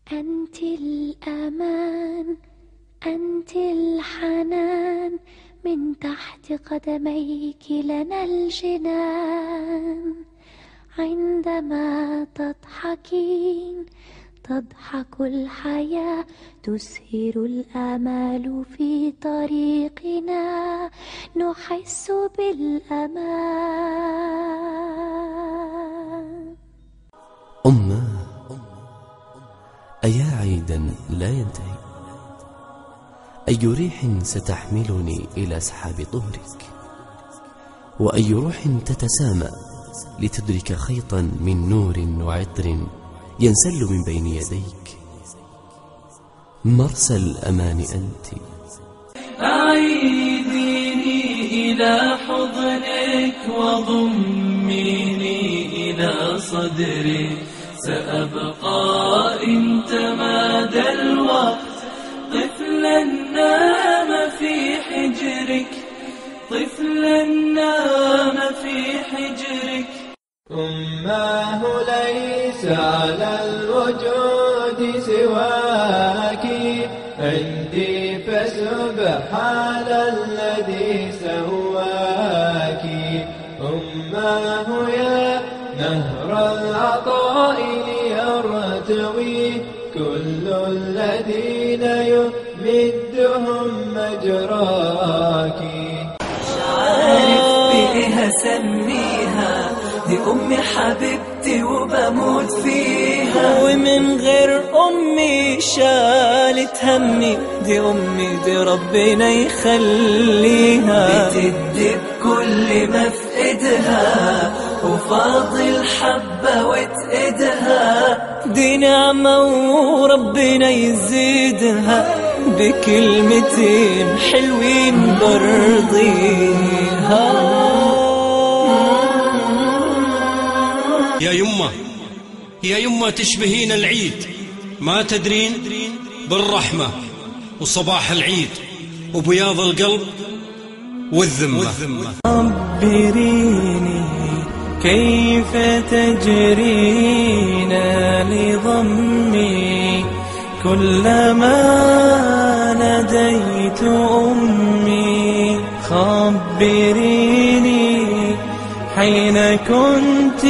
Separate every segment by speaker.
Speaker 1: أنت الأمان، أنت الحنان، من تحت قدميك لنا الجنان. عندما تضحكين تضحك الحياة، تسهر الآمال في طريقنا، نحس بالأمان.
Speaker 2: أمه، أيا عيدا لا ينتهي، أي ريح ستحملني إلى سحاب طهرك، وأي روح تتسامى لتدرك خيطا من نور وعطر ينسل من بين يديك. مرسى الأمان أنت.
Speaker 3: أعيديني إلى حضنك وضميني إلى صدرك، سأبقى إن تمادى الوقت طفلا نام في حجرك، طفلا نام في حجرك.
Speaker 4: أماه ليس على الوجود سواك عندي، فسبحان الذي سواك. أماه يا نهر العطاء ليرتوي كل الذين يمدهم مجراك.
Speaker 3: عارف بيها سميها، دي أمي حبيبتي وبموت فيها، ومن غير أمي شالت همي، دي أمي دي ربنا يخليها. بتدي بكل ما في إيدها وفاضل حبة وتأيدها، دي نعمة وربنا يزيدها، بكلمتين حلوين برضيها.
Speaker 5: يا يمه يا يمه تشبهين العيد، ما تدرين بالرحمة وصباح العيد وبياض القلب والذمة.
Speaker 3: خبريني كيف تجرين لضمي، كلما ناديت أمي. خبريني حين كنت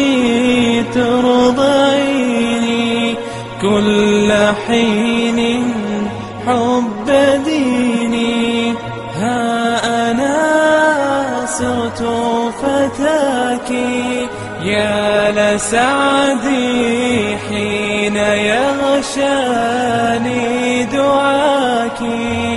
Speaker 3: ترضعيني، كل حين حب ديني. ها أنا صرت فتاك، يا لسعدي حين يغشاني دعاك.